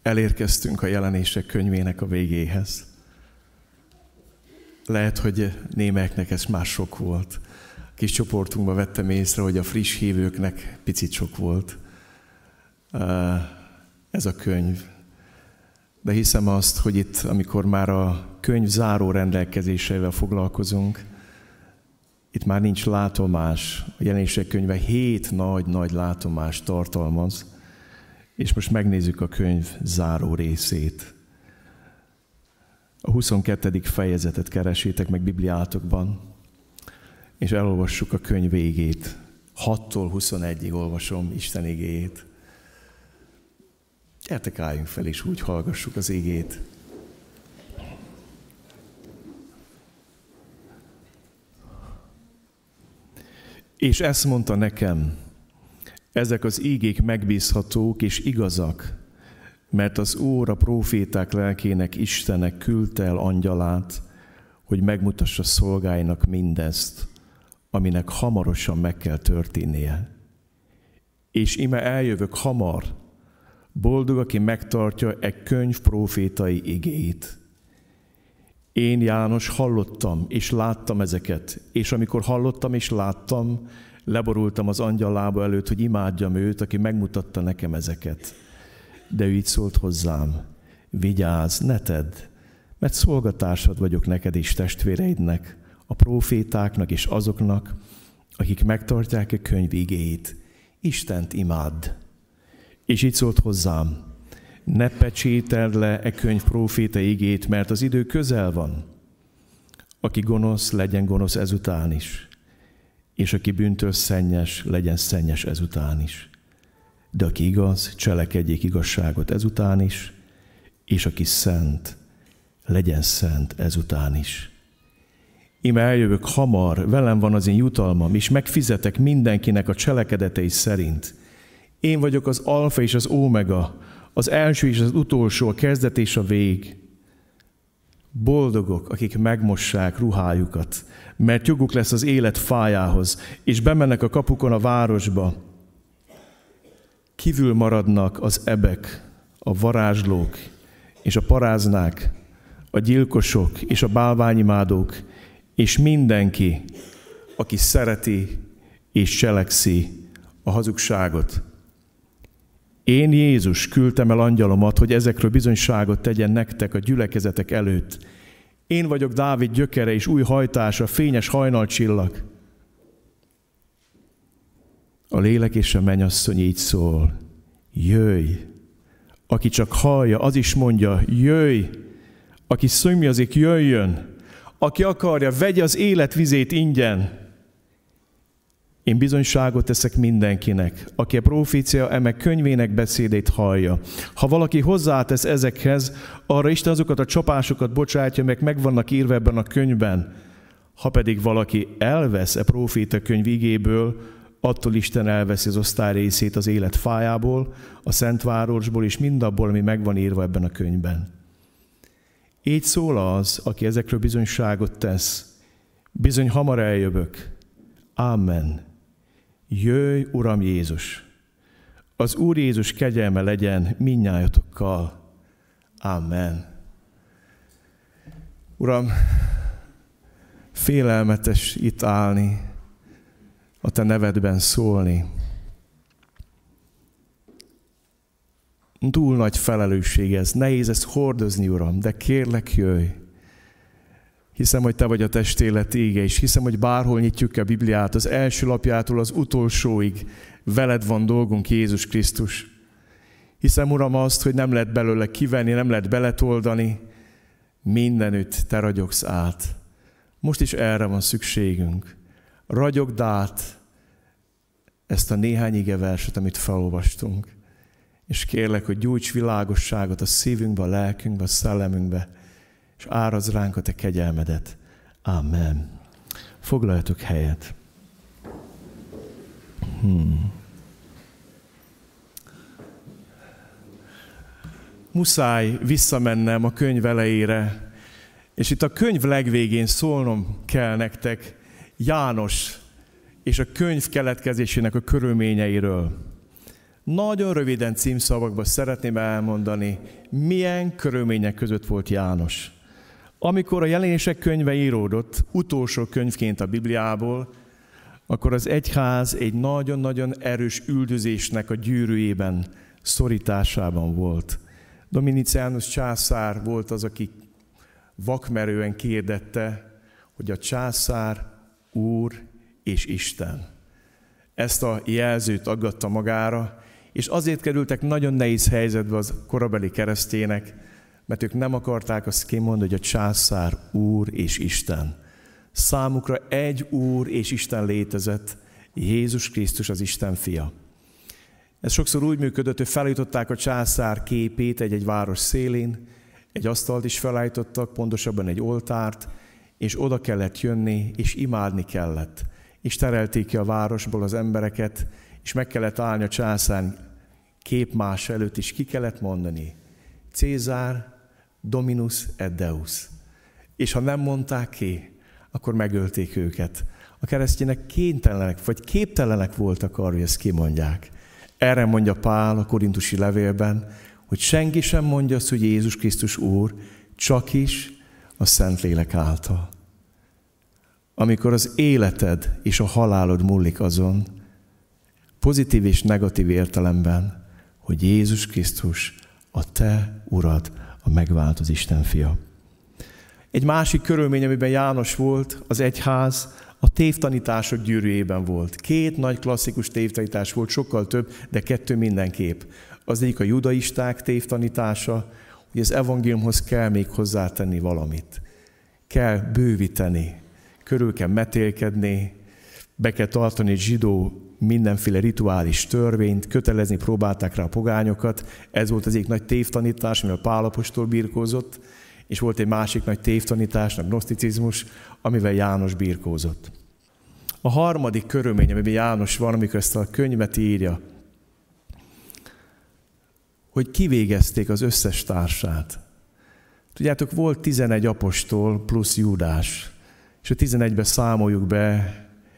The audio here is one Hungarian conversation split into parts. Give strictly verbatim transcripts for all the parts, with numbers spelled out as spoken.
elérkeztünk a Jelenések könyvének a végéhez. Lehet, hogy némelyeknek ez már sok volt. A kis csoportunkban vettem észre, hogy a friss hívőknek picit sok volt ez a könyv. De hiszem azt, hogy itt, amikor már a könyv záró rendelkezéseivel foglalkozunk, itt már nincs látomás. A Jelenések könyve hét nagy-nagy látomást tartalmaz, és most megnézzük a könyv záró részét. A huszonkettedik fejezetet keresétek meg Bibliátokban, és elolvassuk a könyv végét. hattól huszonegyig olvasom Isten igéjét. Gyertek, álljunk fel, és úgy hallgassuk az igét. És ezt mondta nekem, ezek az ígék megbízhatók és igazak, mert az Úr a próféták lelkének Istenek küldte el angyalát, hogy megmutassa szolgáinak mindezt, aminek hamarosan meg kell történnie. És ime eljövök hamar, boldog, aki megtartja e könyv prófétai igéit. Én, János, hallottam és láttam ezeket, és amikor hallottam és láttam, leborultam az angyal lába előtt, hogy imádjam őt, aki megmutatta nekem ezeket. De ő így szólt hozzám, vigyázz, ne tedd, mert szolgatársad vagyok neked és testvéreidnek, a prófétáknak és azoknak, akik megtartják a könyv igéit. Istent imádd. És így szólt hozzám, ne pecsételd le e könyv próféta igét, mert az idő közel van. Aki gonosz, legyen gonosz ezután is, és aki bűntől szennyes, legyen szennyes ezután is. De aki igaz, cselekedjék igazságot ezután is, és aki szent, legyen szent ezután is. Íme eljövök hamar, velem van az én jutalmam, és megfizetek mindenkinek a cselekedetei szerint. Én vagyok az alfa és az ómega, az első és az utolsó, a kezdet és a vég. Boldogok, akik megmossák ruhájukat, mert joguk lesz az élet fájához, és bemennek a kapukon a városba. Kívül maradnak az ebek, a varázslók és a paráznák, a gyilkosok és a bálványimádók, és mindenki, aki szereti és cselekszi a hazugságot. Én, Jézus, küldtem el angyalomat, hogy ezekről bizonyságot tegyen nektek a gyülekezetek előtt. Én vagyok Dávid gyökere és új hajtása, fényes hajnalcsillag. A lélek és a mennyasszony így szól, jöjj! Aki csak hallja, az is mondja, jöjj! Aki szomjazik, jöjjön! Aki akarja, vegye az élet vizét ingyen! Én bizonyságot teszek mindenkinek, aki a profécia eme könyvének beszédét hallja. Ha valaki hozzátesz ezekhez, arra Isten azokat a csapásokat bocsátja, meg meg vannak írva ebben a könyvben. Ha pedig valaki elvesz e próféta könyv igéből, attól Isten elveszi az osztály részét az élet fájából, a Szentvárosból és mindabból, ami meg van írva ebben a könyvben. Így szól az, aki ezekről bizonyságot tesz. Bizony hamar eljövök. Amen. Jöjj, Uram Jézus! Az Úr Jézus kegyelme legyen mindnyájatokkal. Amen. Uram, félelmetes itt állni, a Te nevedben szólni. Túl nagy felelősség ez, nehéz ezt hordozni, Uram, de kérlek, jöjj! Hiszem, hogy Te vagy a testélet ége, és hiszem, hogy bárhol nyitjuk a Bibliát, az első lapjától az utolsóig veled van dolgunk, Jézus Krisztus. Hiszem, Uram, azt, hogy nem lehet belőle kivenni, nem lehet beletoldani, mindenütt Te ragyogsz át. Most is erre van szükségünk. Ragyogd át ezt a néhány igeverset, amit felolvastunk. És kérlek, hogy gyújts világosságot a szívünkbe, a lelkünkbe, a szellemünkbe, és árazd ránk a Te kegyelmedet. Amen. Foglaljatok helyet. Hmm. Muszáj visszamennem a könyv elejére, és itt a könyv legvégén szólnom kell nektek János és a könyv keletkezésének a körülményeiről. Nagyon röviden címszavakban szeretném elmondani, milyen körülmények között volt János. Amikor a Jelenések könyve íródott, utolsó könyvként a Bibliából, akkor az egyház egy nagyon-nagyon erős üldözésnek a gyűrűjében, szorításában volt. Domitianus császár volt az, aki vakmerően kérdette, hogy a császár, Úr és Isten. Ezt a jelzőt aggatta magára, és azért kerültek nagyon nehéz helyzetbe az korabeli keresztények, mert ők nem akarták azt kimondani, hogy a császár, Úr és Isten. Számukra egy Úr és Isten létezett, Jézus Krisztus az Isten fia. Ez sokszor úgy működött, hogy felállították a császár képét egy-egy város szélén, egy asztalt is felállítottak, pontosabban egy oltárt, és oda kellett jönni, és imádni kellett. És terelték ki a városból az embereket, és meg kellett állni a császár képmás előtt, és ki kellett mondani, Cézár Dominus et Deus. És ha nem mondták ki, akkor megölték őket. A keresztények kénytelenek, vagy képtelenek voltak arra, hogy ezt kimondják. Erre mondja Pál a korintusi levélben, hogy senki sem mondja azt, hogy Jézus Krisztus Úr, csak is a Szentlélek által. Amikor az életed és a halálod múlik azon, pozitív és negatív értelemben, hogy Jézus Krisztus a te Urad, a megváltó Isten fia. Egy másik körülmény, amiben János volt, az egyház, a tévtanítások gyűrűjében volt. Két nagy klasszikus tévtanítás volt, sokkal több, de kettő mindenképp. Az egyik a judaisták tévtanítása, hogy az evangéliumhoz kell még hozzátenni valamit. Kell bővíteni, körül kell metélkedni, be kell tartani egy zsidó mindenféle rituális törvényt, kötelezni próbálták rá a pogányokat. Ez volt az egyik nagy tévtanítás, amivel Pál apostol birkózott, és volt egy másik nagy tévtanítás, a gnoszticizmus, amivel János birkózott. A harmadik körülmény, amiben János van, amikor ezt a könyvet írja, hogy kivégezték az összes társát. Tudjátok, volt tizenegy apostol plusz Júdás, és a tizenegybe számoljuk be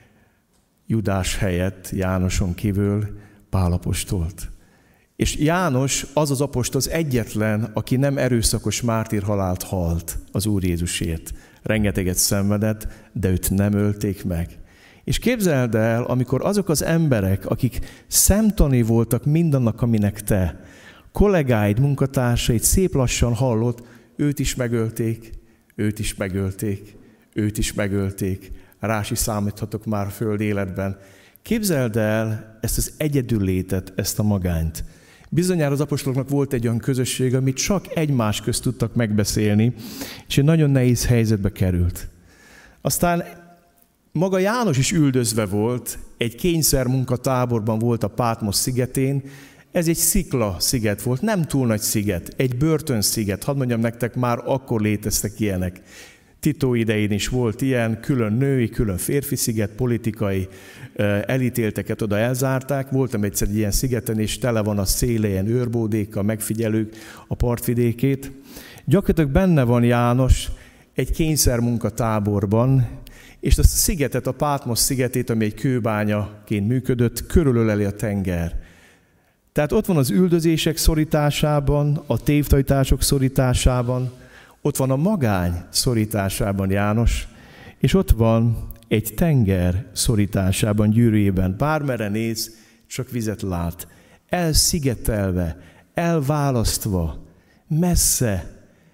Júdás helyett, Jánoson kívül Pál apostolt. És János az az apostol az egyetlen, aki nem erőszakos mártírhalált halt az Úr Jézusért. Rengeteget szenvedett, de őt nem ölték meg. És képzeld el, amikor azok az emberek, akik szemtanúi voltak mindannak, aminek te, kollégáid, munkatársaid szép lassan hallott, őt is megölték, őt is megölték, őt is megölték. Rá is számíthatok már a föld életben. Képzeld el ezt az egyedüllétet, ezt a magányt. Bizonyára az apostoloknak volt egy olyan közösség, amit csak egymás közt tudtak megbeszélni, és egy nagyon nehéz helyzetbe került. Aztán maga János is üldözve volt, egy kényszermunkatáborban volt a Pátmos szigetén. Ez egy szikla sziget volt, nem túl nagy sziget, egy börtönsziget. Hadd mondjam nektek, már akkor léteztek ilyenek. Tito idején is volt ilyen, külön női, külön férfi sziget, politikai elítélteket oda elzárták. Voltam egyszer egy ilyen szigeten, és tele van a széle ilyen őrbódékkal, megfigyelők a partvidékét. Gyakorlatilag benne van János egy kényszermunkatáborban, és azt a szigetet, a Pátmos szigetét, ami egy kőbányaként működött, körülöleli a tenger. Tehát ott van az üldözések szorításában, a tévtanítások szorításában, ott van a magány szorításában János, és ott van egy tenger szorításában, gyűrűjében. Bármerre néz, csak vizet lát. Elszigetelve, elválasztva, messze,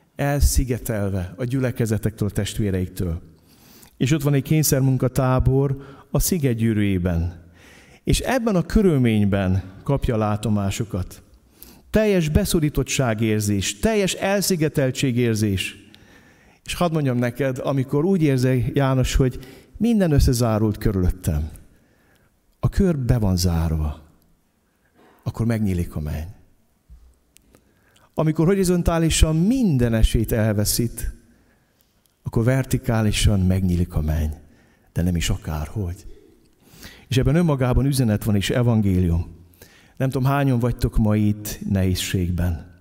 elszigetelve a gyülekezetektől, a testvéreiktől. És ott van egy kényszermunkatábor a sziget gyűrűjében. És ebben a körülményben kapja látomásokat. Teljes beszorítottságérzés, teljes elszigeteltségérzés. És hadd mondjam neked, amikor úgy érzi János, hogy minden összezárult körülöttem, a kör be van zárva, akkor megnyílik a menny. Amikor horizontálisan minden esélyt elveszít, akkor vertikálisan megnyílik a menny, de nem is akárhogy. És ebben önmagában üzenet van és evangélium. Nem tudom, hányan vagytok ma itt nehézségben.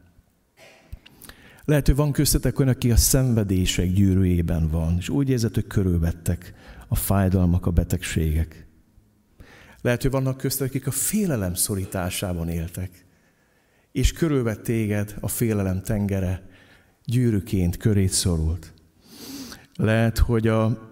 Lehet, hogy van köztetek olyan, aki a szenvedések gyűrűjében van, és úgy érzed, hogy körülvettek a fájdalmak, a betegségek. Lehet, hogy vannak köztek, akik a félelem szorításában éltek, és körülvett téged a félelem tengere, gyűrűként körét szorult. Lehet, hogy a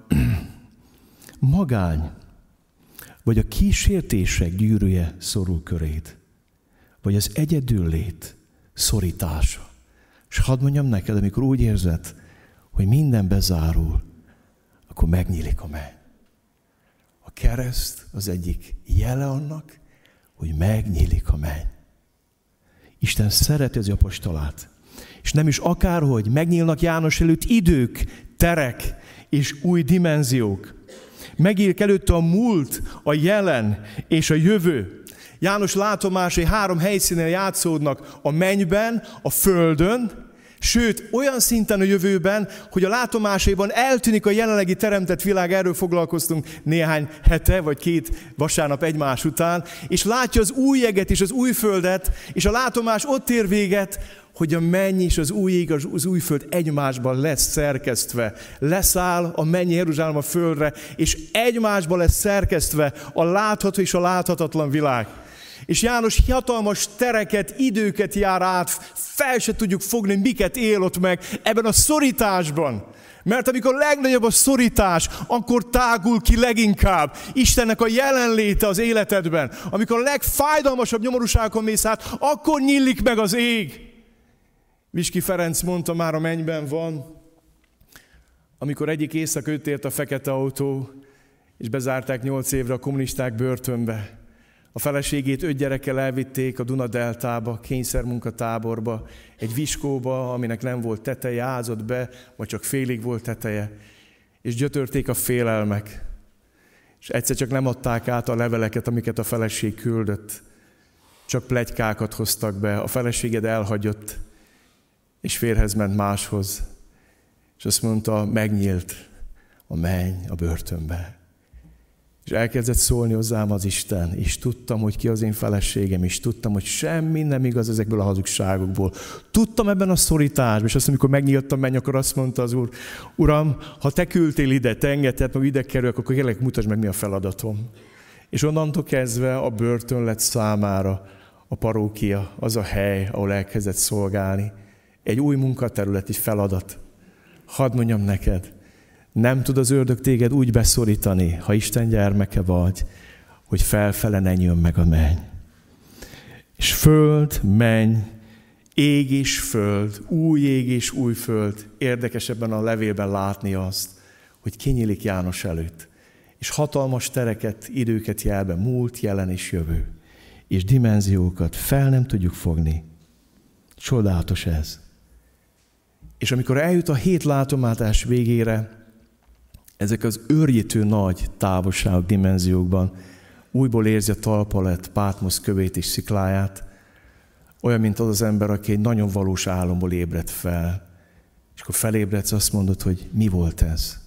magány, vagy a kísértések gyűrűje szorul köréd, vagy az egyedüllét szorítása. És hadd mondjam neked, amikor úgy érzed, hogy minden bezárul, akkor megnyílik a menny. A kereszt az egyik jele annak, hogy megnyílik a menny. Isten szereti az apostolát. És nem is akárhogy, megnyílnak János előtt idők, terek és új dimenziók. Megnyílik előtte a múlt, a jelen és a jövő. János látomásai három helyszínen játszódnak: a mennyben, a földön, sőt, olyan szinten a jövőben, hogy a látomásaiban eltűnik a jelenlegi teremtett világ, erről foglalkoztunk néhány hete, vagy két vasárnap egymás után, és látja az új jeget és az új földet, és a látomás ott ér véget, hogy a menny és az új ég, az új föld egymásban lesz szerkesztve. Leszáll a mennyi Jeruzsálem a földre, és egymásban lesz szerkesztve a látható és a láthatatlan világ. És János hatalmas tereket, időket jár át, fel se tudjuk fogni, miket él ott meg ebben a szorításban. Mert amikor legnagyobb a szorítás, akkor tágul ki leginkább Istennek a jelenléte az életedben. Amikor a legfájdalmasabb nyomorúságokon mész át, akkor nyílik meg az ég. Viski Ferenc mondta, már a mennyben van, amikor egyik éjszaka őt ért a fekete autó, és bezárták nyolc évre a kommunisták börtönbe. A feleségét öt gyerekkel elvitték a Duna-deltába, kényszermunkatáborba, egy viskóba, aminek nem volt teteje, ázott be, vagy csak félig volt teteje, és gyötörték a félelmek. És egyszer csak nem adták át a leveleket, amiket a feleség küldött. Csak pletykákat hoztak be, a feleséged elhagyott, és férjhez ment máshoz. És azt mondta, megnyílt a menny a börtönbe. És elkezdett szólni hozzám az Isten, és tudtam, hogy ki az én feleségem, és tudtam, hogy semmi nem igaz ezekből a hazugságokból. Tudtam ebben a szorításban, és azt, amikor megnyílt a menny, akkor azt mondta az Úr, Uram, ha te küldtél ide, te engedted, meg ide kerülök, akkor kérlek, mutasd meg, mi a feladatom. És onnantól kezdve a börtön lett számára a parókia, az a hely, ahol elkezdett szolgálni. Egy új munkaterület, egy feladat. Hadd mondjam neked, nem tud az ördög téged úgy beszorítani, ha Isten gyermeke vagy, hogy felfele ne nyíljon meg a menny. És föld, menny, ég és föld, új ég és új föld. Érdekes ebben a levélben látni azt, hogy kinyílik János előtt. És hatalmas tereket, időket jel be, múlt, jelen és jövő. És dimenziókat fel nem tudjuk fogni. Csodálatos ez. És amikor eljut a hét látomátás végére, ezek az őrjítő nagy távolságok, dimenziókban újból érzi a talpalet, Pátmosz kövét és szikláját, olyan, mint az az ember, aki egy nagyon valós álomból ébredt fel. És akkor felébredsz, azt mondod, hogy mi volt ez?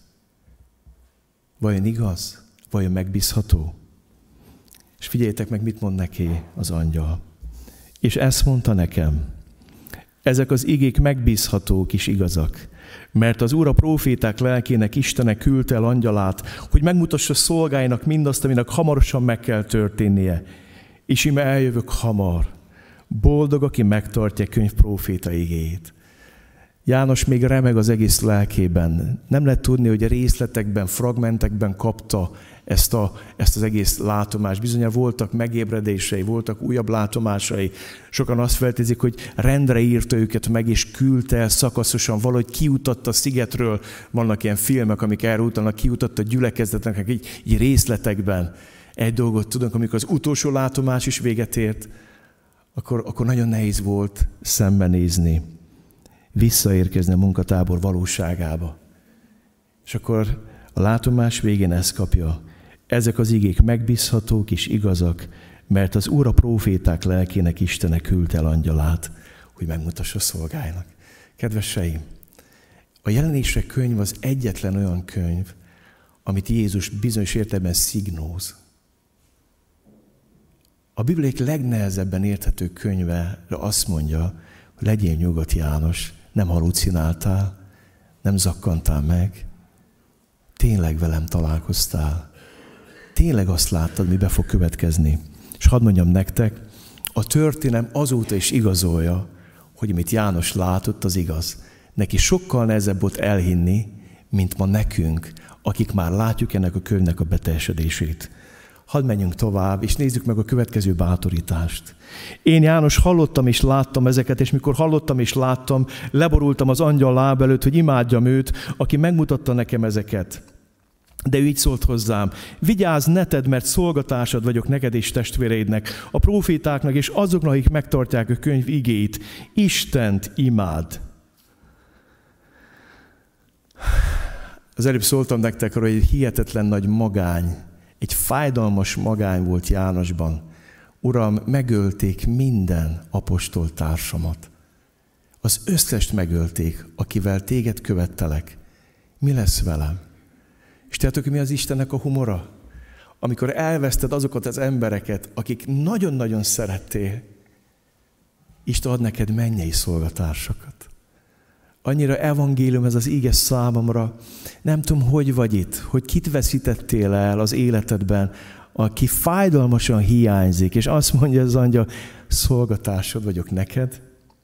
Vajon igaz? Vajon megbízható? És figyeljétek meg, mit mond neki az angyal. És ezt mondta nekem, ezek az igék megbízhatók és igazak, mert az Úr a próféták lelkének Istene küldte el angyalát, hogy megmutassa szolgáinak mindazt, aminek hamarosan meg kell történnie. És íme eljövök hamar. Boldog, aki megtartja könyv próféta igéjét. János még remeg az egész lelkében. Nem lehet tudni, hogy a részletekben, fragmentekben kapta ezt, a, ezt az egész látomást. Bizonyára voltak megébredései, voltak újabb látomásai. Sokan azt feltézik, hogy rendre írta őket meg, és küldte el szakaszosan, valahogy kiutatt a szigetről. Vannak ilyen filmek, amik erre utalnak, kiutatt a gyülekezetnek így, így részletekben. Egy dolgot tudunk, amikor az utolsó látomás is véget ért, akkor, akkor nagyon nehéz volt szembenézni, visszaérkezni a munkatábor valóságába. És akkor a látomás végén ezt kapja. Ezek az igék megbízhatók és igazak, mert az Úr a próféták lelkének Istene küldte el angyalát, hogy megmutassa szolgáinak. Kedveseim, a Jelenések könyv az egyetlen olyan könyv, amit Jézus bizonyos értelemben szignóz. A Bibliák legnehezebben érthető könyve azt mondja, hogy legyél nyugodt, János, nem halucináltál, nem zakkantál meg, tényleg velem találkoztál. tényleg azt láttad, mi be fog következni. És hadd mondjam nektek, a történelem azóta is igazolja, hogy amit János látott, az igaz. Neki sokkal nehezebb volt elhinni, mint ma nekünk, akik már látjuk ennek a könyvnek a beteljesedését. Hadd menjünk tovább, és nézzük meg a következő bátorítást. Én, János, hallottam és láttam ezeket, és mikor hallottam és láttam, leborultam az angyal láb előtt, hogy imádjam őt, aki megmutatta nekem ezeket. De ő így szólt hozzám, vigyázz, ne tedd, mert szolgatársad vagyok neked és testvéreidnek, a prófétáknak és azoknak, akik megtartják a könyv igéit. Istent imád. Az előbb szóltam nektek arra, hogy egy hihetetlen nagy magány, egy fájdalmas magány volt Jánosban. Uram, megölték minden apostol társamat. Az összest megölték, akivel téged követtelek. Mi lesz velem? És tudjátok, mi az Istennek a humora? Amikor elveszted azokat az embereket, akik nagyon-nagyon szerettél, Isten ad neked mennyei szolgatársakat. Annyira evangélium ez az íge számomra. Nem tudom, hogy vagy itt, hogy kit veszítettél el az életedben, aki fájdalmasan hiányzik, és azt mondja az angyal, szolgatársad vagyok neked,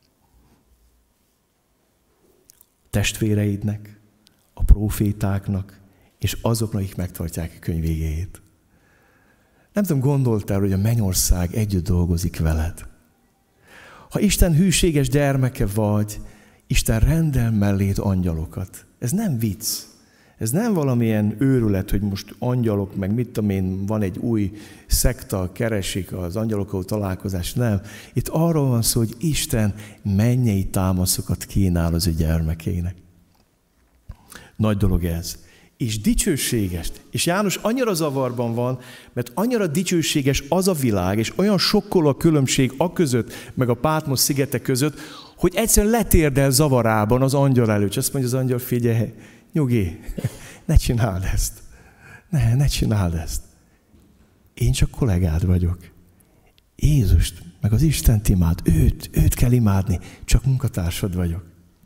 testvéreidnek, a prófétáknak, és azoknak, akik megtartják a könyv igéjét. Nem tudom, gondoltál, hogy a mennyország együtt dolgozik veled. Ha Isten hűséges gyermeke vagy, Isten rendel melléd angyalokat. Ez nem vicc. Ez nem valamilyen őrület, hogy most angyalok, meg mit tudom én, van egy új szekta, keresik az angyalokkal találkozást. Nem. Itt arról van szó, hogy Isten mennyei támaszokat kínál az ő gyermekeinek. Nagy dolog ez. És dicsőséges. És János annyira zavarban van, mert annyira dicsőséges az a világ, és olyan sokkoló a különbség a között, meg a Pátmos szigete között, hogy egyszerűen letérdel zavarában az angyal előtt. És azt mondja az angyal, figyelj, nyugi, ne csináld ezt. Ne, ne csináld ezt. Én csak kollégád vagyok. Jézust, meg az Istent imád, őt, őt kell imádni, csak munkatársad vagyok.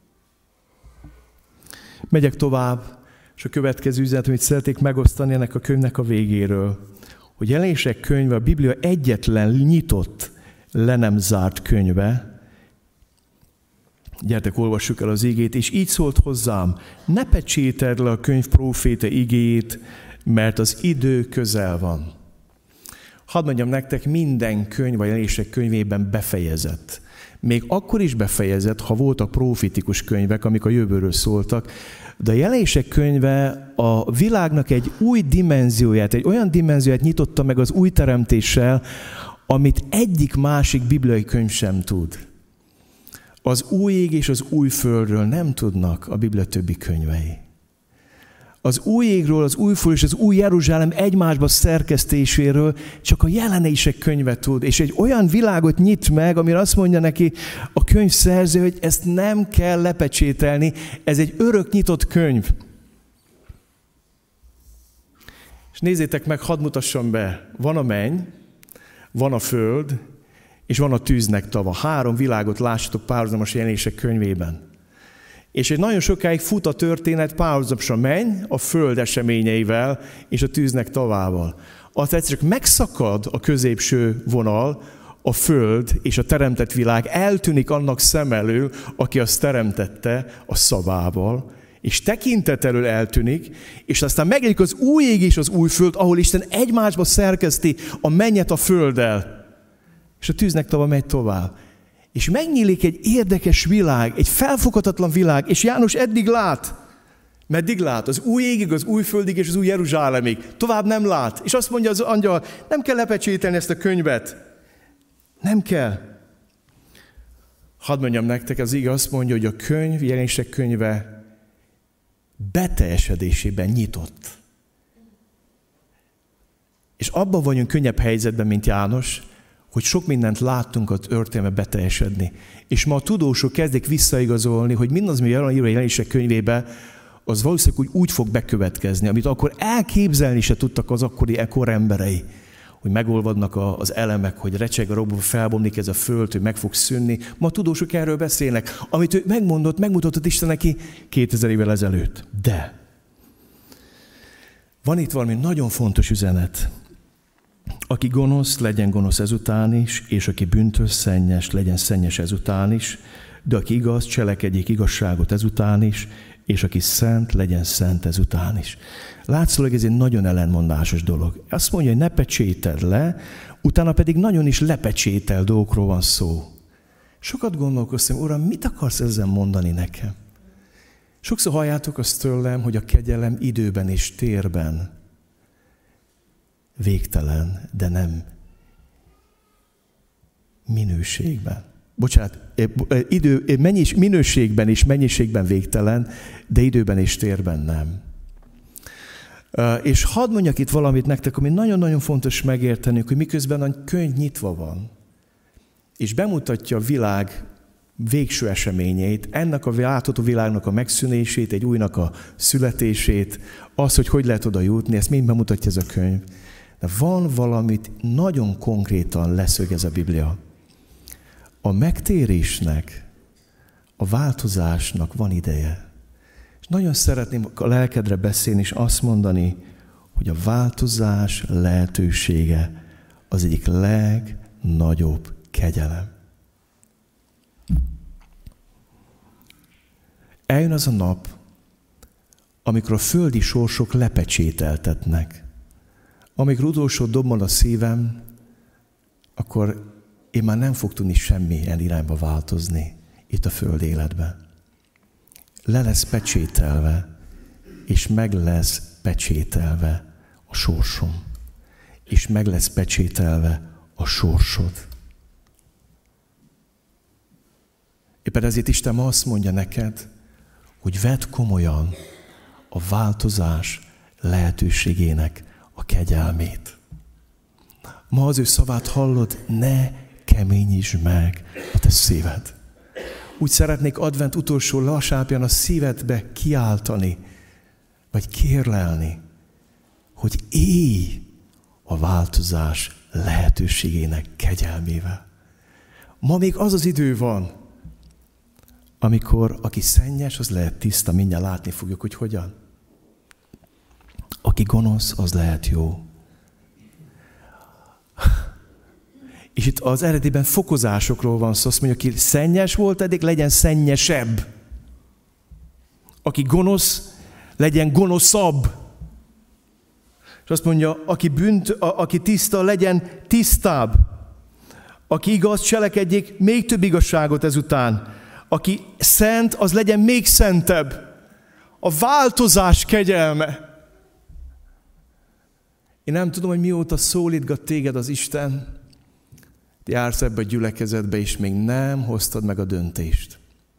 Megyek tovább, és a következő üzenet, amit szeretnék megosztani ennek a könyvnek a végéről, hogy Jelenések könyve, a Biblia egyetlen nyitott, le nem zárt könyve. Gyertek, olvassuk el az igét, és így szólt hozzám, ne pecsételd le a könyv próféta igéjét, mert az idő közel van. Hadd mondjam nektek, minden könyv a Jelenések könyvében befejezett. Még akkor is befejezett, ha voltak profétikus könyvek, amik a jövőről szóltak, de a Jelenések könyve a világnak egy új dimenzióját, egy olyan dimenzióját nyitotta meg az új teremtéssel, amit egyik másik bibliai könyv sem tud. Az új ég és az új földről nem tudnak a Biblia többi könyvei. Az új égről, az új föld és az új Jeruzsálem egymásba szerkesztéséről csak a Jelenések könyve tud, és egy olyan világot nyit meg, amire azt mondja neki a könyv szerző, hogy ezt nem kell lepecsételni, ez egy örök nyitott könyv. És nézzétek meg, hadd mutassam be, van a menny, van a föld, és van a tűznek tava. Három világot lássatok párhuzamos Jelenések könyvében. És egy nagyon sokáig fut a történet párhuzamosan menny a föld eseményeivel és a tűznek tavával. Az egyszer csak megszakad a középső vonal, a föld és a teremtett világ eltűnik annak szem elől, aki azt teremtette a szavával, és tekintet elől eltűnik, és aztán megjelenik az új ég és az új föld, ahol Isten egymásba szerkeszti a mennyet a földdel, és a tűznek tava megy tovább. És megnyílik egy érdekes világ, egy felfoghatatlan világ, és János eddig lát. Meddig lát? Az új égig, az új földig és az új Jeruzsálemig. Tovább nem lát. És azt mondja az angyal, nem kell lepecsételni ezt a könyvet. Nem kell. Hadd mondjam nektek, az ige azt mondja, hogy a könyv, Jelenések könyve beteljesedésében nyitott. És abban vagyunk könnyebb helyzetben, mint János, hogy sok mindent láttunk a történelme beteljesedni. És ma a tudósok kezdik visszaigazolni, hogy mindaz, ami jelen írva a Jelenések könyvébe, az valószínűleg úgy, úgy fog bekövetkezni, amit akkor elképzelni se tudtak az akkori ekkor emberei, hogy megolvadnak az elemek, hogy recseg a robban, felbomlik ez a föld, hogy meg fog szűnni. Ma a tudósok erről beszélnek, amit ő megmondott, megmutatott Isten neki kétezer évvel ezelőtt. De van itt valami nagyon fontos üzenet. Aki gonosz, legyen gonosz ezután is, és aki bűntös, szennyes, legyen szennyes ezután is, de aki igaz, cselekedjék igazságot ezután is, és aki szent, legyen szent ezután is. Látszólag ez egy nagyon ellentmondásos dolog. Azt mondja, hogy ne pecséted le, utána pedig nagyon is lepecsétel dolgokról van szó. Sokat gondolkoztam, Uram, mit akarsz ezzel mondani nekem? Sokszor halljátok azt tőlem, hogy a kegyelem időben és térben végtelen, de nem minőségben. Bocsánat, idő, mennyis, minőségben és mennyiségben végtelen, de időben és térben nem. És hadd mondjak itt valamit nektek, ami nagyon-nagyon fontos megérteni, hogy miközben a könyv nyitva van, és bemutatja a világ végső eseményeit, ennek a látható világnak a megszűnését, egy újnak a születését, az, hogy hogy lehet oda jutni, ezt mind bemutatja ez a könyv. De van valamit nagyon konkrétan leszögez a Biblia. A megtérésnek, a változásnak van ideje. És nagyon szeretném a lelkedre beszélni, és azt mondani, hogy a változás lehetősége az egyik legnagyobb kegyelem. Eljön az a nap, amikor a földi sorsok lepecsételtetnek. Amikor utolsó dobban a szívem, akkor én már nem fog tudni semmilyen irányba változni itt a föld életben. Le lesz pecsételve, és meg lesz pecsételve a sorsom. És meg lesz pecsételve a sorsod. Éppen ezért Isten ma azt mondja neked, hogy vedd komolyan a változás lehetőségének a kegyelmét. Ma az ő szavát hallod, ne keményítsd meg a te szíved. Úgy szeretnék advent utolsó lasápján a szívedbe kiáltani, vagy kérlelni, hogy élj a változás lehetőségének kegyelmével. Ma még az az idő van, amikor aki szennyes, az lehet tiszta, mindjárt látni fogjuk, hogy hogyan. Aki gonosz, az lehet jó. És itt az eredetiben fokozásokról van szó, azt mondja, aki szennyes volt eddig, legyen szennyesebb. Aki gonosz, legyen gonoszabb. És azt mondja, aki, bűnt, a, aki tiszta, legyen tisztább. Aki igaz, cselekedjék még több igazságot ezután. Aki szent, az legyen még szentebb. A változás kegyelme. Én nem tudom, hogy mióta szólítgat téged az Isten. Te jársz ebbe a gyülekezetbe, és még nem hoztad meg a döntést.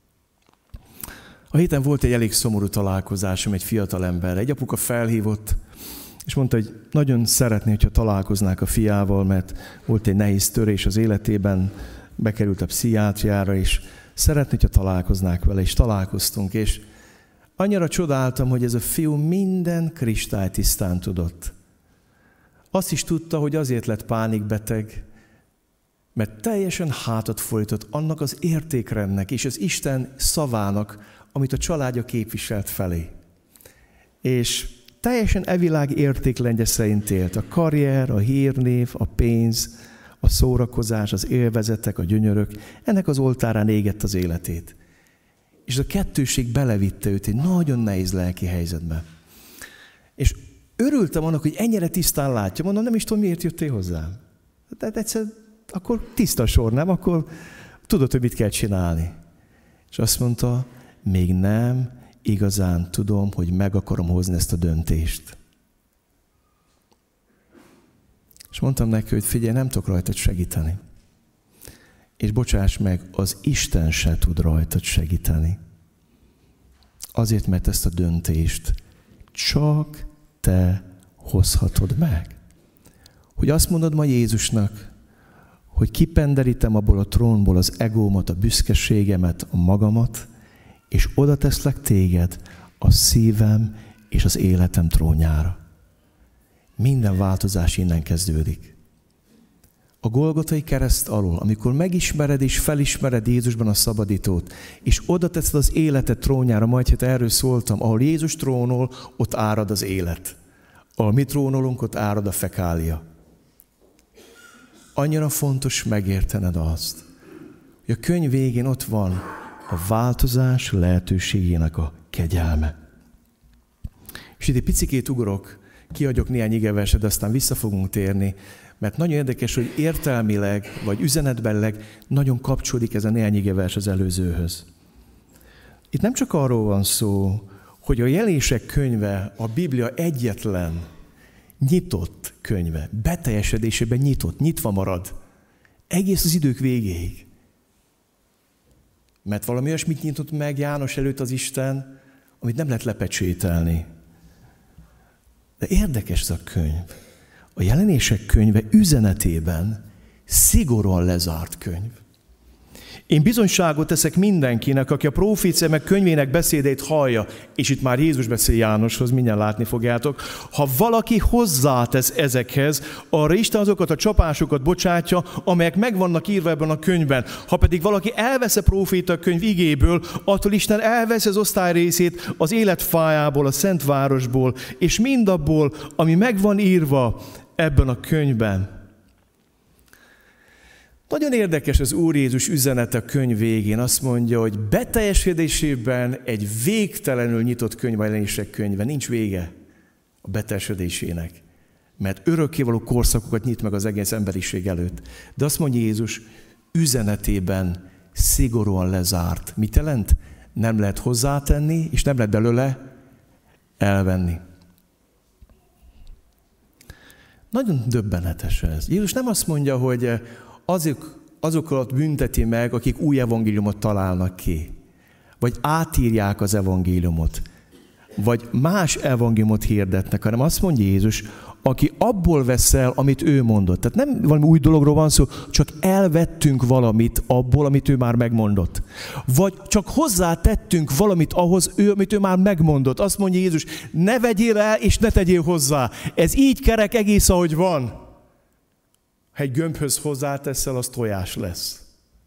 A héten volt egy elég szomorú találkozásom egy fiatal emberrel. Egy apuka felhívott, és mondta, hogy nagyon szeretné, hogyha találkoznák a fiával, mert volt egy nehéz törés az életében, bekerült a pszichiátriára, és szeretné, hogyha találkoznák vele, és találkoztunk, és annyira csodáltam, hogy ez a fiú minden kristálytisztán tudott. Azt is tudta, hogy azért lett pánikbeteg, mert teljesen hátat fordított annak az értékrendnek és az Isten szavának, amit a családja képviselt felé. És teljesen evilág értékrendje szerint élt. A karrier, a hírnév, a pénz, a szórakozás, az élvezetek, a gyönyörök, ennek az oltárán égett az életét. És a kettőség belevitte őt egy nagyon nehéz lelki helyzetbe. És örültem annak, hogy ennyire tisztán látja. Mondom, nem is tudom, miért jöttél hozzám. Tehát egyszer, akkor tiszta sor, nem? Akkor tudod, hogy mit kell csinálni. És azt mondta, még nem igazán tudom, hogy meg akarom hozni ezt a döntést. És mondtam neki, hogy figyelj, nem tudok rajtad segíteni. És bocsáss meg, az Isten se tud rajtad segíteni. Azért, mert ezt a döntést csak te hozhatod meg. Hogy azt mondod ma Jézusnak, hogy kipenderítem abból a trónból az egómat, a büszkeségemet, a magamat, és oda teszlek téged a szívem és az életem trónjára. Minden változás innen kezdődik. A Golgotai kereszt alól, amikor megismered és felismered Jézusban a szabadítót, és oda teszed az életed trónjára, majd hát erről szóltam, ahol Jézus trónol, ott árad az élet. Ahol mi trónolunk, ott árad a fekália. annyira fontos megértened azt, hogy a könyv végén ott van a változás lehetőségének a kegyelme. És itt egy picikét ugrok, kihagyok néhány igeverset, de aztán vissza fogunk térni, mert nagyon érdekes, hogy értelmileg, vagy üzenetbelileg nagyon kapcsolódik ez a néhány igevers az előzőhöz. Itt nem csak arról van szó, hogy a Jelenések könyve a Biblia egyetlen nyitott könyve, beteljesedésében nyitott, nyitva marad, egész az idők végéig. Mert valami olyasmit nyitott meg János előtt az Isten, amit nem lehet lepecsételni. De érdekes ez a könyv. A Jelenések könyve üzenetében szigorúan lezárt könyv. Én bizonyságot teszek mindenkinek, aki a profécia meg könyvének beszédét hallja, és itt már Jézus beszél Jánoshoz, mindjárt látni fogjátok. Ha valaki hozzátesz ezekhez, arra Isten azokat a csapásokat bocsátja, amelyek meg vannak írva ebben a könyvben. Ha pedig valaki elvesz a proféta könyv igéből, attól Isten elvesz az osztály részét az életfájából, a szent városból, és mindabból, ami meg van írva ebben a könyvben. Nagyon érdekes az Úr Jézus üzenete a könyv végén. Azt mondja, hogy beteljesedésében egy végtelenül nyitott könyv, a Jelenések könyve. Nincs vége a beteljesedésének. Mert örökkévaló korszakokat nyit meg az egész emberiség előtt. De azt mondja Jézus, üzenetében szigorúan lezárt. Mit jelent? Nem lehet hozzátenni, és nem lehet belőle elvenni. Nagyon döbbenetes ez. Jézus nem azt mondja, hogy azok, azokat bünteti meg, akik új evangéliumot találnak ki, vagy átírják az evangéliumot, vagy más evangéliumot hirdetnek, hanem azt mondja Jézus, aki abból vesz el, amit ő mondott. Tehát nem valami új dologról van szó, csak elvettünk valamit abból, amit ő már megmondott. Vagy csak hozzátettünk valamit ahhoz, ő, amit ő már megmondott. Azt mondja Jézus, ne vegyél el, és ne tegyél hozzá. Ez így kerek egész, ahogy van. Ha egy gömbhöz hozzáteszel, az tojás lesz.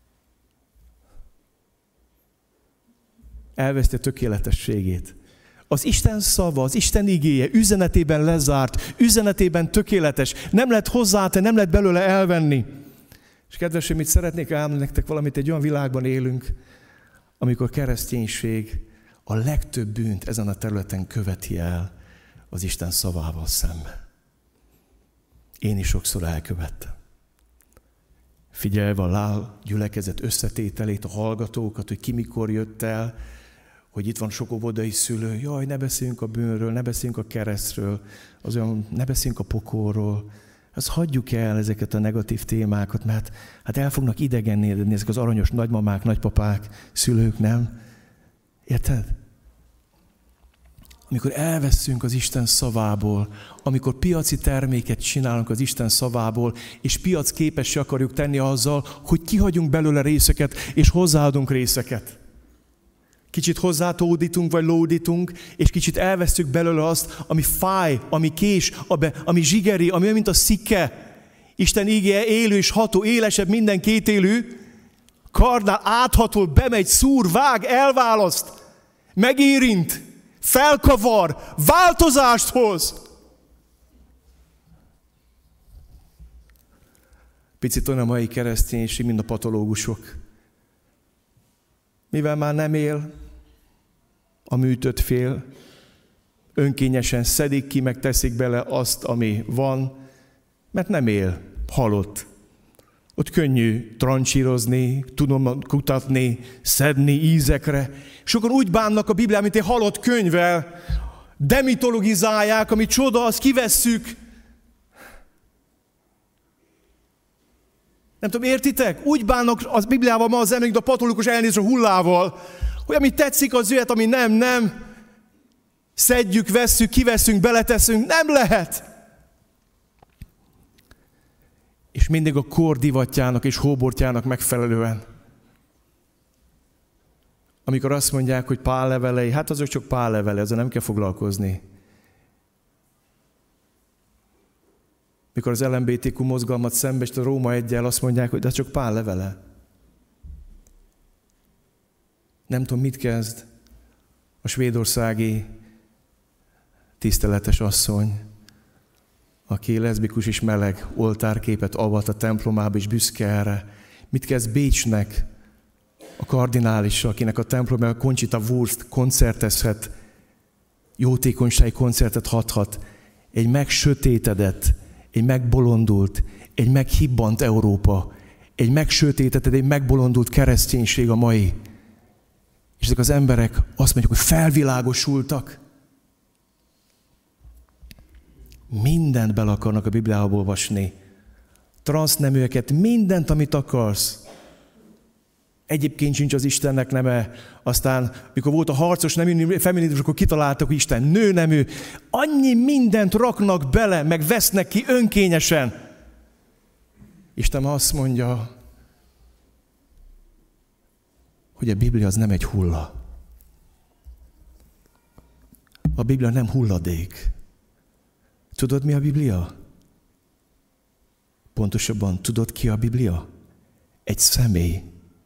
Elveszti a tökéletességét. Az Isten szava, az Isten igéje üzenetében lezárt, üzenetében tökéletes. Nem lehet hozzátenni, nem lehet belőle elvenni. És kedveseim, itt szeretnék elmondani nektek valamit, egy olyan világban élünk, amikor a kereszténység a legtöbb bűnt ezen a területen követi el az Isten szavával szemben. Én is sokszor elkövettem. Figyelve a lál gyülekezet összetételét, a hallgatókat, hogy ki mikor jött el, hogy itt van sok óvodai szülő, jaj, ne beszéljünk a bűnről, ne beszéljünk a keresztről, az olyan, ne beszéljünk a pokolról. Azt hagyjuk el ezeket a negatív témákat, mert hát el fognak idegenni ezek az aranyos nagymamák, nagypapák, szülők, nem? Érted? Amikor elveszünk az Isten szavából, amikor piaci terméket csinálunk az Isten szavából, és piac képessé akarjuk tenni azzal, hogy kihagyunk belőle részeket, és hozzáadunk részeket. Kicsit hozzátódítunk, vagy lódítunk, és kicsit elvesztjük belőle azt, ami fáj, ami kés, ami zsigeri, ami olyan, mint a szikke. Isten ígéje élő és ható, élesebb minden kétélű, kardnál áthatol, bemegy, szúr, vág, elválaszt, megérint, felkavar, változást hoz. Picit olyan a mai kereszténység, mint a patológusok. Mivel már nem él a műtött fél, önkényesen szedik ki, meg teszik bele azt, ami van, mert nem él, halott. Ott könnyű trancsírozni, tudom kutatni, szedni ízekre. Sokan úgy bánnak a Biblián, mint egy halott könyvvel, demitologizálják, ami csoda, azt kivesszük. Nem tudom, értitek? Úgy bánnak az Bibliával ma az emberek, mint a patológus elnéző hullával, hogy ami tetszik, az jöhet, ami nem, nem. Szedjük, vesszük, kiveszünk, beleteszünk. Nem lehet. És mindig a kor divatjának és hóbortjának megfelelően. Amikor azt mondják, hogy pállevelei, hát azok csak pállevele, ezzel nem kell foglalkozni. Mikor az el em bé té kú mozgalmat szembesít a Róma egyel, azt mondják, hogy de csak pállevele. Nem tudom, mit kezd a svédországi tiszteletes asszony. aki leszbikus és meleg oltárképet avat a templomába, és büszke erre. Mit kezd Bécsnek a kardinálisa, akinek a templomában Conchita Wurst koncertezhet, jótékonysági koncertet hathat. Egy megsötétedett, egy megbolondult, egy meghibbant Európa, egy megsötétedett, egy megbolondult kereszténység a mai. És ezek az emberek azt mondjuk, hogy felvilágosultak. Mindent bele akarnak a Bibliába olvasni. Transzneműeket, mindent, amit akarsz. Egyébként sincs az Istennek neme. Aztán, mikor volt a harcos nemű feminizmus, akkor kitaláltak, hogy Isten nőnemű. Annyi mindent raknak bele, meg vesznek ki önkényesen. Isten azt mondja, hogy a Biblia az nem egy hulla. A Biblia nem hulladék. Tudod, mi a Biblia? Pontosabban, tudod, ki a Biblia? Egy személy.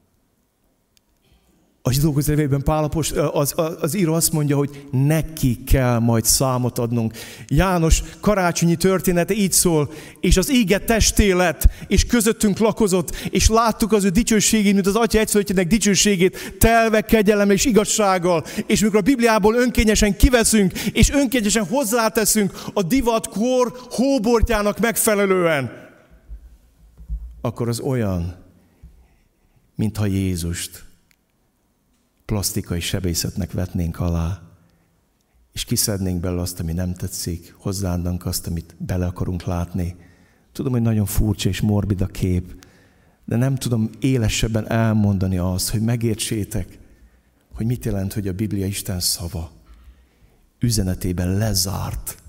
A Zsidókhoz levélben Pál apostol, az, az, az író azt mondja, hogy neki kell majd számot adnunk. János karácsonyi története így szól, és az íge testé lett, és közöttünk lakozott, és láttuk az ő dicsőségét, mint az Atya egyszülöttjének dicsőségét, telve kegyelemmel és igazsággal. És mikor a Bibliából önkényesen kiveszünk, és önkényesen hozzáteszünk a divatkor hóbortjának megfelelően, akkor az olyan, mintha Jézust plastikai sebészetnek vetnénk alá, és kiszednénk belőle azt, ami nem tetszik, hozzáadnánk azt, amit bele akarunk látni. Tudom, hogy nagyon furcsa és morbid a kép, de nem tudom élesebben elmondani azt, hogy megértsétek, hogy mit jelent, hogy a Biblia Isten szava üzenetében lezárt,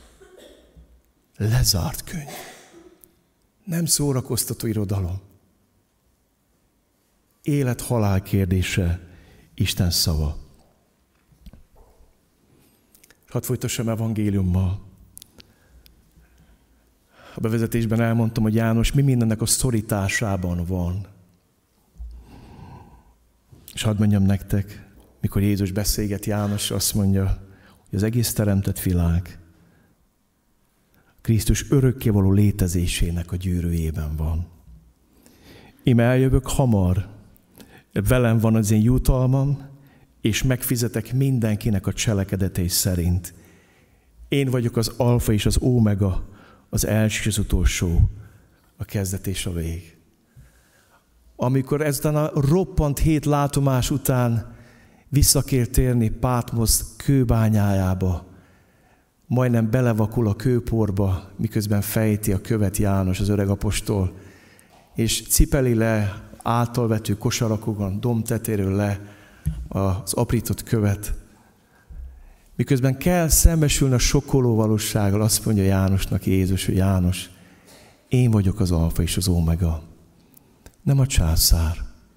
lezárt könyv. Nem szórakoztató irodalom. Élet-halál kérdése Isten szava. Hadd folytassam evangéliummal. A bevezetésben elmondtam, hogy János mi mindennek a szorításában van. És hadd mondjam nektek, mikor Jézus beszélget János, azt mondja, hogy az egész teremtett világ Krisztus örökkévaló létezésének a gyűrűjében van. Íme eljövök hamar, velem van az én jutalmam, és megfizetek mindenkinek a cselekedetei szerint. Én vagyok az alfa és az ómega, az első és az utolsó, a kezdet és a vég. Amikor ezután a roppant hét látomás után vissza kér térni Pátmosz kőbányájába, majdnem belevakul a kőporba, miközben fejti a követ János, az öreg apostol, és cipeli le általvető kosarakokon, dombtetéről le az aprított követ. Miközben kell szembesülni a sokkoló valósággal, azt mondja Jánosnak Jézus, hogy János, én vagyok az alfa és az ómega. Nem a császár.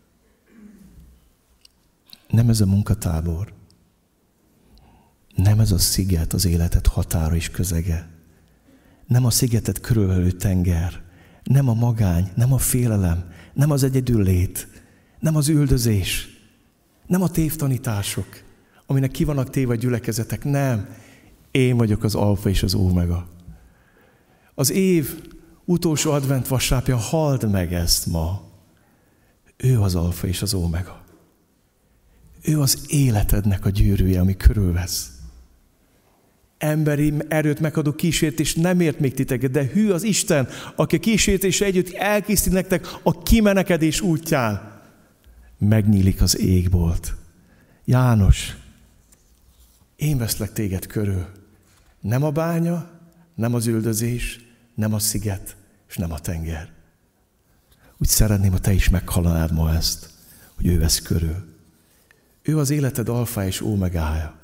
Nem ez a munkatábor. Nem ez a sziget, az életed határa és közege. Nem a szigetet körülvelő tenger. Nem a magány, nem a félelem, nem az egyedüllét, nem az üldözés, nem a tévtanítások, aminek ki vannak téve a gyülekezetek. Nem. Én vagyok az alfa és az ómega. Az év utolsó advent vasárnapja, halld meg ezt ma. Ő az alfa és az ómega. Ő az életednek a gyűrűje, ami körülvesz. Emberi erőt megadó kísértés nem ért még titeket, de hű az Isten, aki a kísértése együtt elkészít nektek a kimenekedés útján. Megnyílik az égbolt. János, én veszlek téged körül. Nem a bánya, nem az üldözés, nem a sziget, és nem a tenger. Úgy szeretném, ha te is meghallanád ma ezt, hogy ő vesz körül. Ő az életed alfá és ómegája.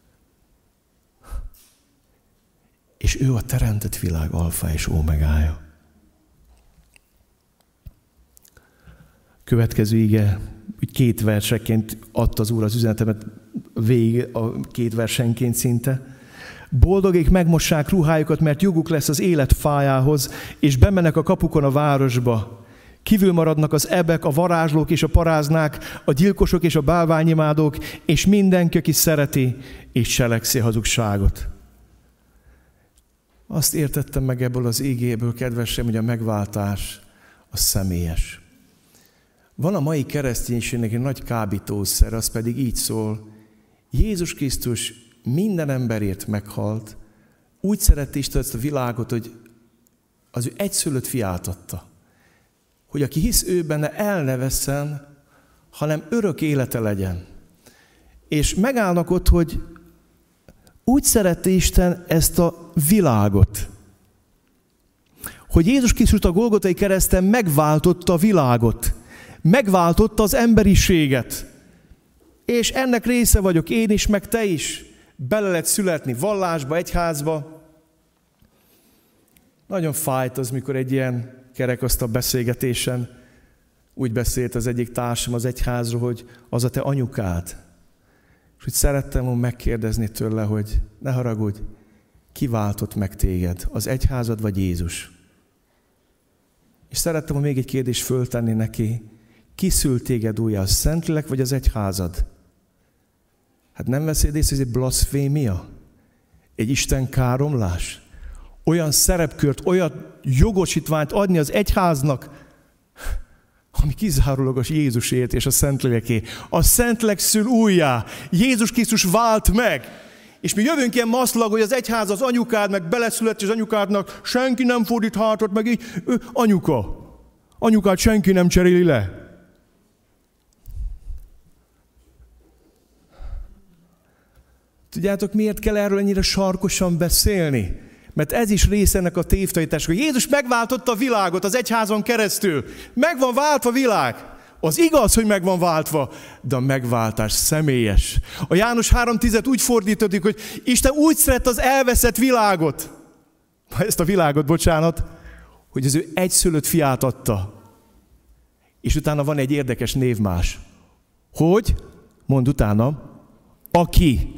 És ő a teremtett világ alfa és ómegája. Következő ige, úgy két verseként adta az Úr az üzenetemet végig, a két versenként szinte. Boldogék megmossák ruhájukat, mert joguk lesz az élet fájához, és bemennek a kapukon a városba. Kívül maradnak az ebek, a varázslók és a paráznák, a gyilkosok és a bálványimádók, és mindenki, aki szereti és cselekszi hazugságot. Azt értettem meg ebből az igéből, kedvesem, hogy a megváltás az személyes. Van a mai kereszténységnek egy nagy kábítószer, az pedig így szól: Jézus Krisztus minden emberért meghalt, úgy szerette Isten ezt a világot, hogy az ő egyszülött fiát adta, hogy aki hisz ő benne, el ne vesszen, hanem örök élete legyen. És megállnak ott, hogy úgy szerette Isten ezt a világot, hogy Jézus Krisztus a Golgotai kereszten megváltotta a világot, megváltotta az emberiséget. És ennek része vagyok én is, meg te is. Bele lehet születni vallásba, egyházba. Nagyon fájt az, mikor egy ilyen kerekasztal beszélgetésen úgy beszélt az egyik társam az egyházról, hogy az a te anyukád. És hogy szerettem volna megkérdezni tőle, hogy ne haragudj, ki váltott meg téged, az egyházad vagy Jézus? És szerettem volna még egy kérdést föltenni neki: ki szült téged újjá, a Szentlélek vagy az egyházad? Hát nem veszed észre, hogy ez egy blaszfémia? Egy Isten káromlás? Olyan szerepkört, olyan jogosítványt adni az egyháznak, ami kizárólagos Jézusért és a Szentléleké. A Szentlélek szül újjá. Jézus Krisztus vált meg. És mi jövünk ilyen maszlag, hogy az egyház az anyukád, meg beleszületett, és az anyukádnak senki nem fordít hátat, meg így, ő, anyuka. Anyukád senki nem cseréli le. Tudjátok, miért kell erről ennyire sarkosan beszélni? Mert ez is része ennek a tévtanításnak, hogy Jézus megváltotta a világot az egyházon keresztül. Meg van váltva a világ. Az igaz, hogy meg van váltva, de a megváltás személyes. A János három tízet úgy fordítodik, hogy Isten úgy szeret az elveszett világot, ezt a világot, bocsánat, hogy az ő egyszülött fiát adta. És utána van egy érdekes névmás. Hogy? Mondd utána. Aki.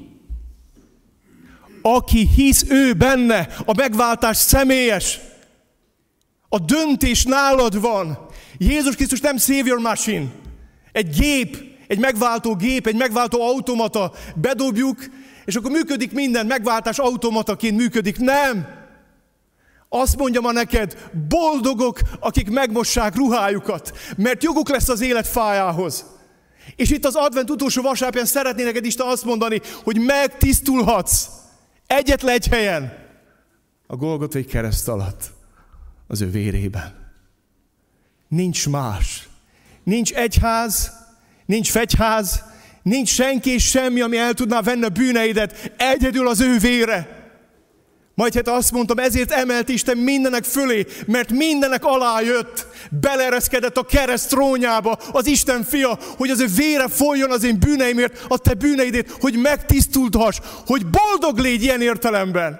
Aki hisz ő benne, a megváltás személyes. A döntés nálad van. Jézus Krisztus nem savior machine. Egy gép, egy megváltó gép, egy megváltó automata. Bedobjuk, és akkor működik minden, megváltás automataként működik. Nem! Azt mondja ma neked, boldogok, akik megmossák ruhájukat, mert joguk lesz az élet fájához. És itt az advent utolsó vasárnapján szeretné neked Isten azt mondani, hogy megtisztulhatsz. Egyetlen egy helyen, a Golgotai kereszt alatt, az ő vérében. Nincs más. Nincs egyház, nincs fegyház, nincs senki és semmi, ami el tudná venni a bűneidet. Egyedül az ő vére. Majd hát azt mondtam, ezért emelt Isten mindenek fölé, mert mindenek alá jött, belereszkedett a kereszt trónjába, az Isten fia, hogy az ő vére folyjon az én bűneimért, a te bűneidét, hogy megtisztulthass, hogy boldog légy ilyen értelemben.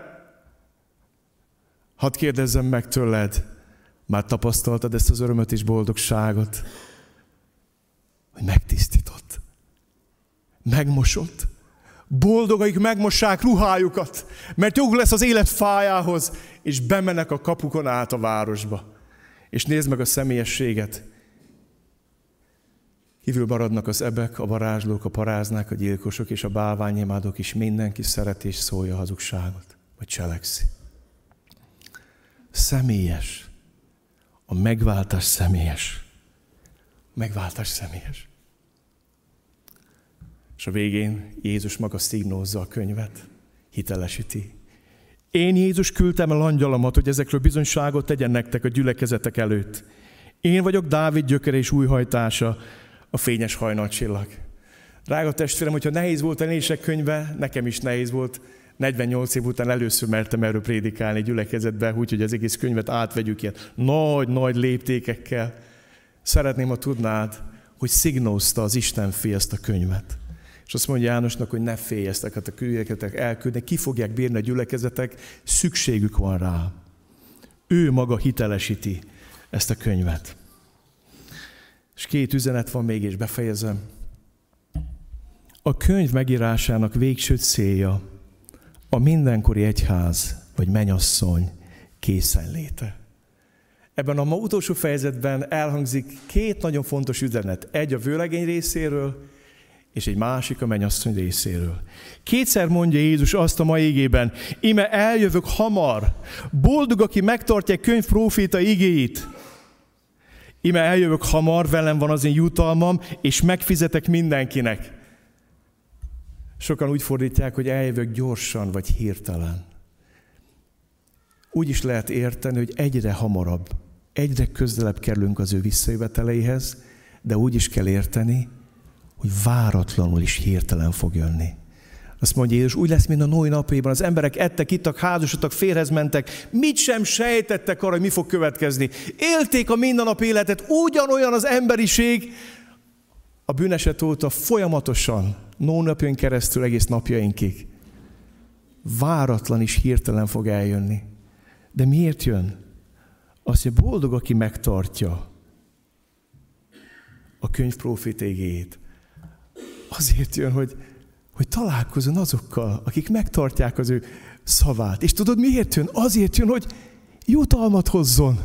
Hadd kérdezzem meg tőled, már tapasztaltad ezt az örömöt és boldogságot, hogy megtisztított, megmosott. Boldog, akik megmossák ruhájukat, mert joguk lesz az élet fájához, és bemennek a kapukon át a városba. És nézd meg a személyességet. Kívül maradnak az ebek, a varázslók, a paráznák, a gyilkosok és a bálványimádók is. Mindenki szereti és szólja a hazugságot, vagy cselekszi. Személyes. A megváltás személyes. Megváltás személyes. És a végén Jézus maga szígnózza a könyvet, hitelesíti. Én Jézus küldtem el angyalomat, hogy ezekről bizonyságot tegyen nektek a gyülekezetek előtt. Én vagyok Dávid gyökere és újhajtása, a fényes hajnalcsillag. Drága testvérem, hogyha nehéz volt a Élések könyve, nekem is nehéz volt. negyvennyolc év után először mertem erről prédikálni gyülekezetbe, úgyhogy az egész könyvet átvegyük ilyen nagy-nagy léptékekkel. Szeretném, ha tudnád, hogy szignózta az Isten fia ezt a könyvet. És azt mondja Jánosnak, hogy ne félj, ezteket a gyülekezetek elküldnek, ki fogják bírni a gyülekezetek, szükségük van rá. Ő maga hitelesíti ezt a könyvet. És két üzenet van még, és befejezem. A könyv megírásának végső célja a mindenkori egyház vagy mennyasszony készenléte. Ebben a ma utolsó fejezetben elhangzik két nagyon fontos üzenet. Egy a vőlegény részéről, és egy másik a mennyasszony részéről. Kétszer mondja Jézus azt a mai igében, íme eljövök hamar, boldog, aki megtartja könyv próféta igéit. Íme eljövök hamar, velem van az én jutalmam, és megfizetek mindenkinek. Sokan úgy fordítják, hogy eljövök gyorsan, vagy hirtelen. Úgy is lehet érteni, hogy egyre hamarabb, egyre közelebb kerülünk az ő visszajöveteleihez, de úgy is kell érteni, hogy váratlanul is hirtelen fog jönni. Azt mondja Jézus, úgy lesz, mint a Noé napjaiban. Az emberek ettek, ittak, házasodtak, férjhez mentek, mit sem sejtettek arra, hogy mi fog következni. Élték a mindennapi életet, ugyanolyan az emberiség a bűneset óta folyamatosan, Noé napjain keresztül egész napjainkig. Váratlan is hirtelen fog eljönni. De miért jön? Azt mondja, boldog, aki megtartja a könyv próféta igéjét. Azért jön, hogy, hogy találkozzon azokkal, akik megtartják az ő szavát. És tudod, miért jön? Azért jön, hogy jutalmat hozzon.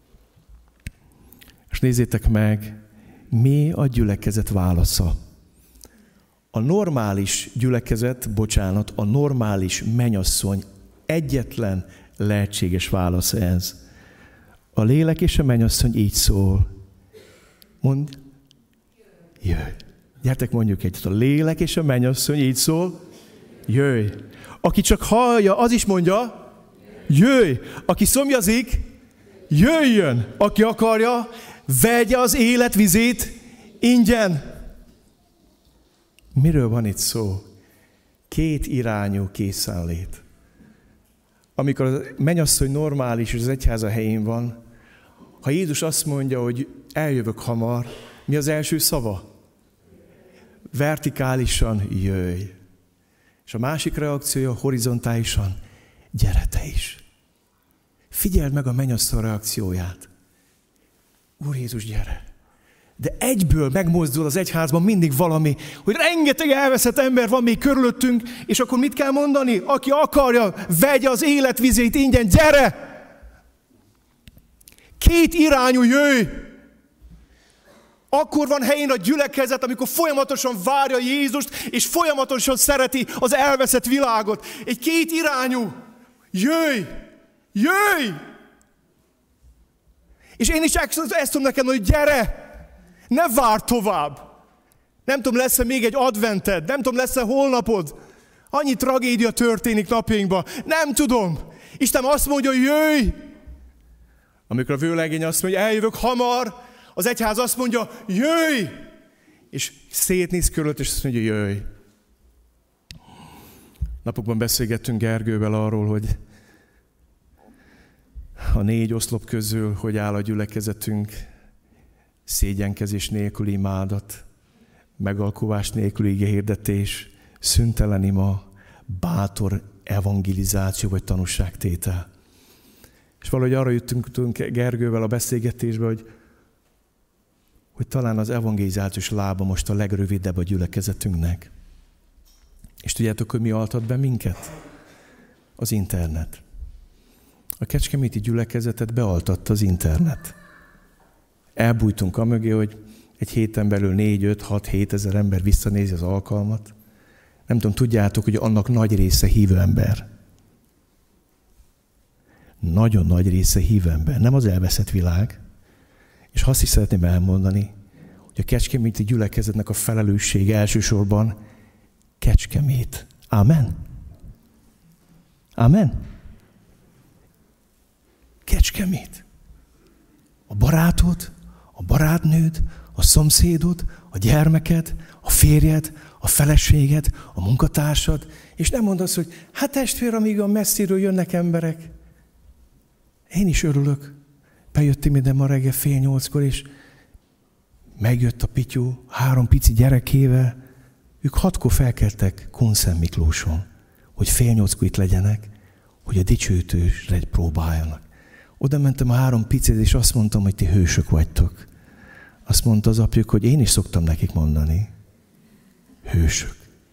És nézzétek meg, mi a gyülekezet válasza. A normális gyülekezet, bocsánat, a normális mennyasszony egyetlen lehetséges válasz ez. A lélek és a mennyasszony így szól. Mondd, jöjj. Gyertek, mondjuk egyet. A lélek és a mennyasszony így szól, jöjj. Aki csak hallja, az is mondja, jöjj. Aki szomjazik, jöjjön. Aki akarja, vegye az élet vizét ingyen. Miről van itt szó? Két irányú készenlét. Amikor a mennyasszony normális, és az egyháza helyén van, ha Jézus azt mondja, hogy eljövök hamar, mi az első szava? Vertikálisan jöjj. És a másik reakciója horizontálisan, gyere te is. Figyeld meg a mennyasszony reakcióját. Úr Jézus, gyere. De egyből megmozdul az egyházban mindig valami, hogy rengeteg elveszett ember van még körülöttünk, és akkor mit kell mondani? Aki akarja, vegye az életvizét ingyen, gyere! Két irányú jöjj! Akkor van helyén a gyülekezet, amikor folyamatosan várja Jézust, és folyamatosan szereti az elveszett világot. Egy két irányú. Jöjj! Jöjj! És én is ezt tudom neked, hogy gyere! Ne várj tovább! Nem tudom, lesz-e még egy advented, nem tudom, lesz-e holnapod. Annyi tragédia történik napjainkban. Nem tudom. Isten azt mondja, hogy jöjj! Amikor a vőlegény azt mondja, eljövök hamar, az egyház azt mondja, jöjj! És szétnéz körülött, és azt mondja, jöjj! Napokban beszélgettünk Gergővel arról, hogy a négy oszlop közül, hogy áll a gyülekezetünk, szégyenkezés nélküli imádat, megalkuvás nélküli igehirdetés, szüntelen ima, bátor evangelizáció vagy tanúságtétel. És valahogy arra jöttünk Gergővel a beszélgetésbe, hogy, hogy talán az evangelizációs lába most a legrövidebb a gyülekezetünknek. És tudjátok, hogy mi altat be minket? Az internet. A kecskeméti gyülekezetet bealtatta az internet. Elbújtunk amögé, hogy egy héten belül négy, öt, hat, hét ezer ember visszanézi az alkalmat. Nem tudom, tudjátok, hogy annak nagy része hívő ember. Nagyon nagy része hívő ember, nem az elveszett világ. És azt is szeretném elmondani, hogy a kecskeméti gyülekezetnek a felelőssége elsősorban Kecskemét. Amen? Amen? Kecskemét. A barátod, a barátnőd, a szomszédod, a gyermeked, a férjed, a feleséged, a munkatársad, és nem mondd azt, hogy hát testvér, amíg a messziről jönnek emberek. Én is örülök. Bejöttem ide ma reggel fél nyolckor, és megjött a Pityu három pici gyerekével. Ők hatkor felkeltek Kunszent Miklóson, hogy fél nyolckor itt legyenek, hogy a dicsőítősre próbáljanak. Oda mentem a három picit, és azt mondtam, hogy ti hősök vagytok. Azt mondta az apjuk, hogy én is szoktam nekik mondani. Hősök.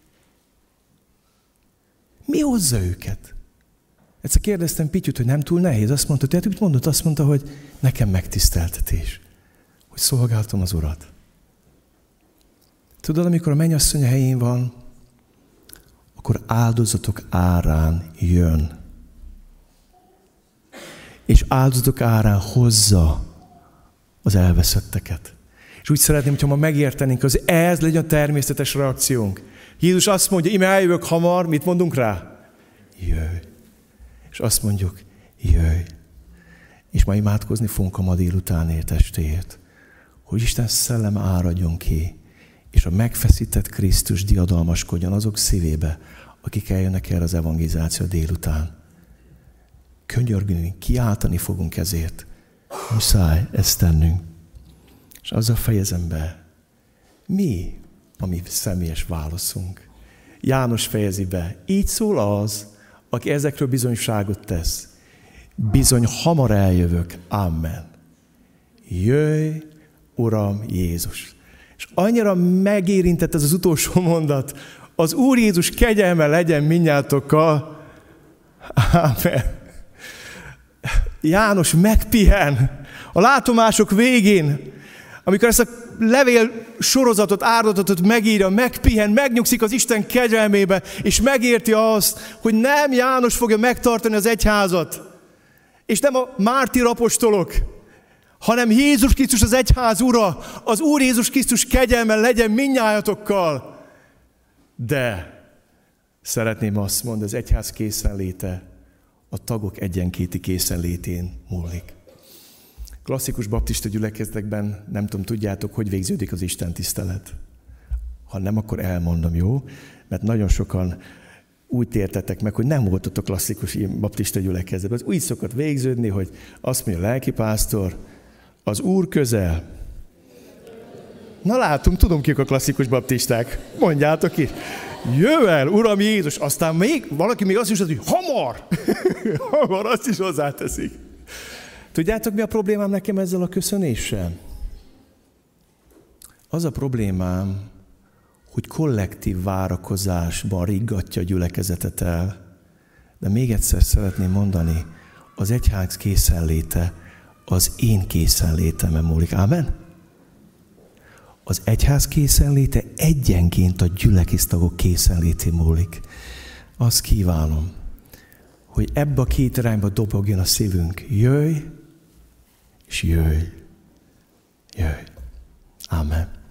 Mi hozza őket? Egyszer kérdeztem Pityut, hogy nem túl nehéz. Azt mondta, hogy mit mondott? Azt mondta, hogy nekem megtiszteltetés. Hogy szolgáltam az Urat. Tudod, amikor a mennyasszony a helyén van, akkor áldozatok árán jön. És áldozatok árán hozza az elveszetteket. És úgy szeretném, hogyha ma megértenénk, hogy ez legyen a természetes reakciónk. Jézus azt mondja, íme eljövök hamar, mit mondunk rá? Jöjj. És azt mondjuk, jöjj. És ma imádkozni fogunk a ma délutánért, estéért, hogy Isten szellem áradjon ki, és a megfeszített Krisztus diadalmaskodjon azok szívébe, akik eljönnek erre az evangelizáció délután. Könyörgünk, kiáltani fogunk ezért. Muszáj ezt tennünk. És azzal fejezem be, mi a mi személyes válaszunk? János fejezi be, így szól az, aki ezekről bizonyságot tesz. Bizony hamar eljövök. Amen. Jöjj, Uram Jézus. És annyira megérintett ez az utolsó mondat, az Úr Jézus kegyelme legyen mindnyátokkal. Amen. János megpihen a látomások végén, amikor ezt a levél sorozatot, áradatot megírja, megpihen, megnyugszik az Isten kegyelmébe, és megérti azt, hogy nem János fogja megtartani az egyházat, és nem a mártír apostolok, hanem Jézus Krisztus az egyház ura, az Úr Jézus Krisztus kegyelme legyen mindnyájatokkal. De szeretném azt mondani, az egyház készenléte a tagok egyenkéti készenlétén múlik. Klasszikus baptista gyülekezetekben, nem tudom, tudjátok, hogy végződik az Isten tisztelet. Ha nem, akkor elmondom, jó? Mert nagyon sokan úgy tértetek meg, hogy nem volt ott a klasszikus baptista gyülekezetben. Az úgy szokott végződni, hogy azt mondja a lelkipásztor, az Úr közel. Na látom, tudom kik a klasszikus baptisták. Mondjátok is. Jövel, Uram Jézus. Aztán még valaki még azt is mondja, hogy hamar. Hamar, azt is hozzáteszik. Tudjátok, mi a problémám nekem ezzel a köszönéssel? Az a problémám, hogy kollektív várakozásban riggatja a gyülekezetet el. De még egyszer szeretném mondani, az egyház készenléte az én készenlétemen múlik. Ámen? Az egyház készenléte egyenként a gyülekeztagok készenlétén múlik. Azt kívánom, hogy ebbe a két irányba dobogjon a szívünk. Jöjj, és jöjj. Jöjj. Amen.